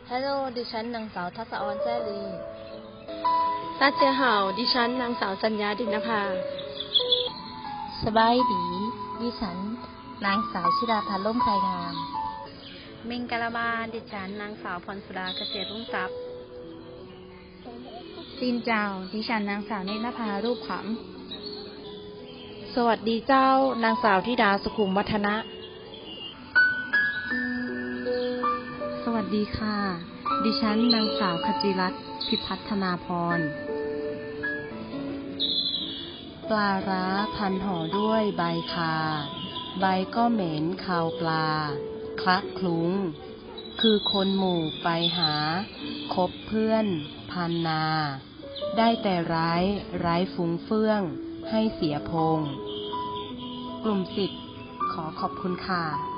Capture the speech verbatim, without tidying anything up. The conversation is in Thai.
ฮัลโหลดิฉันนางสาวทัศอรแซ่ลีตาเจียเห่าดิฉันนางสาวสัญญาดินภาสบายดีดิฉันนางสาวชิดาพันธ์ล่มไพรงามเมงกะลาบาดิฉันนางสาวพรสุดาเกษตรรุ่งทรัพย์จีนเจ้าดิฉันนางสาวเนตรนภารูปขำสวัสดีเจ้านางสาวธิดาสุขุมวัฒนะสวัสดีค่ะดิฉันนางสาวขจิรัตน์พิพัฒนาพรปลาร้าพันห่อด้วยใบคาใบก็เหม็นคาวปลาคลักคลุ้งคือคนหมู่ไปหาคบเพื่อนพันนาได้แต่ร้ายไร้ฟุ้งเฟื่องให้เสียพงกลุ่มสิทธิ์ขอขอบคุณค่ะ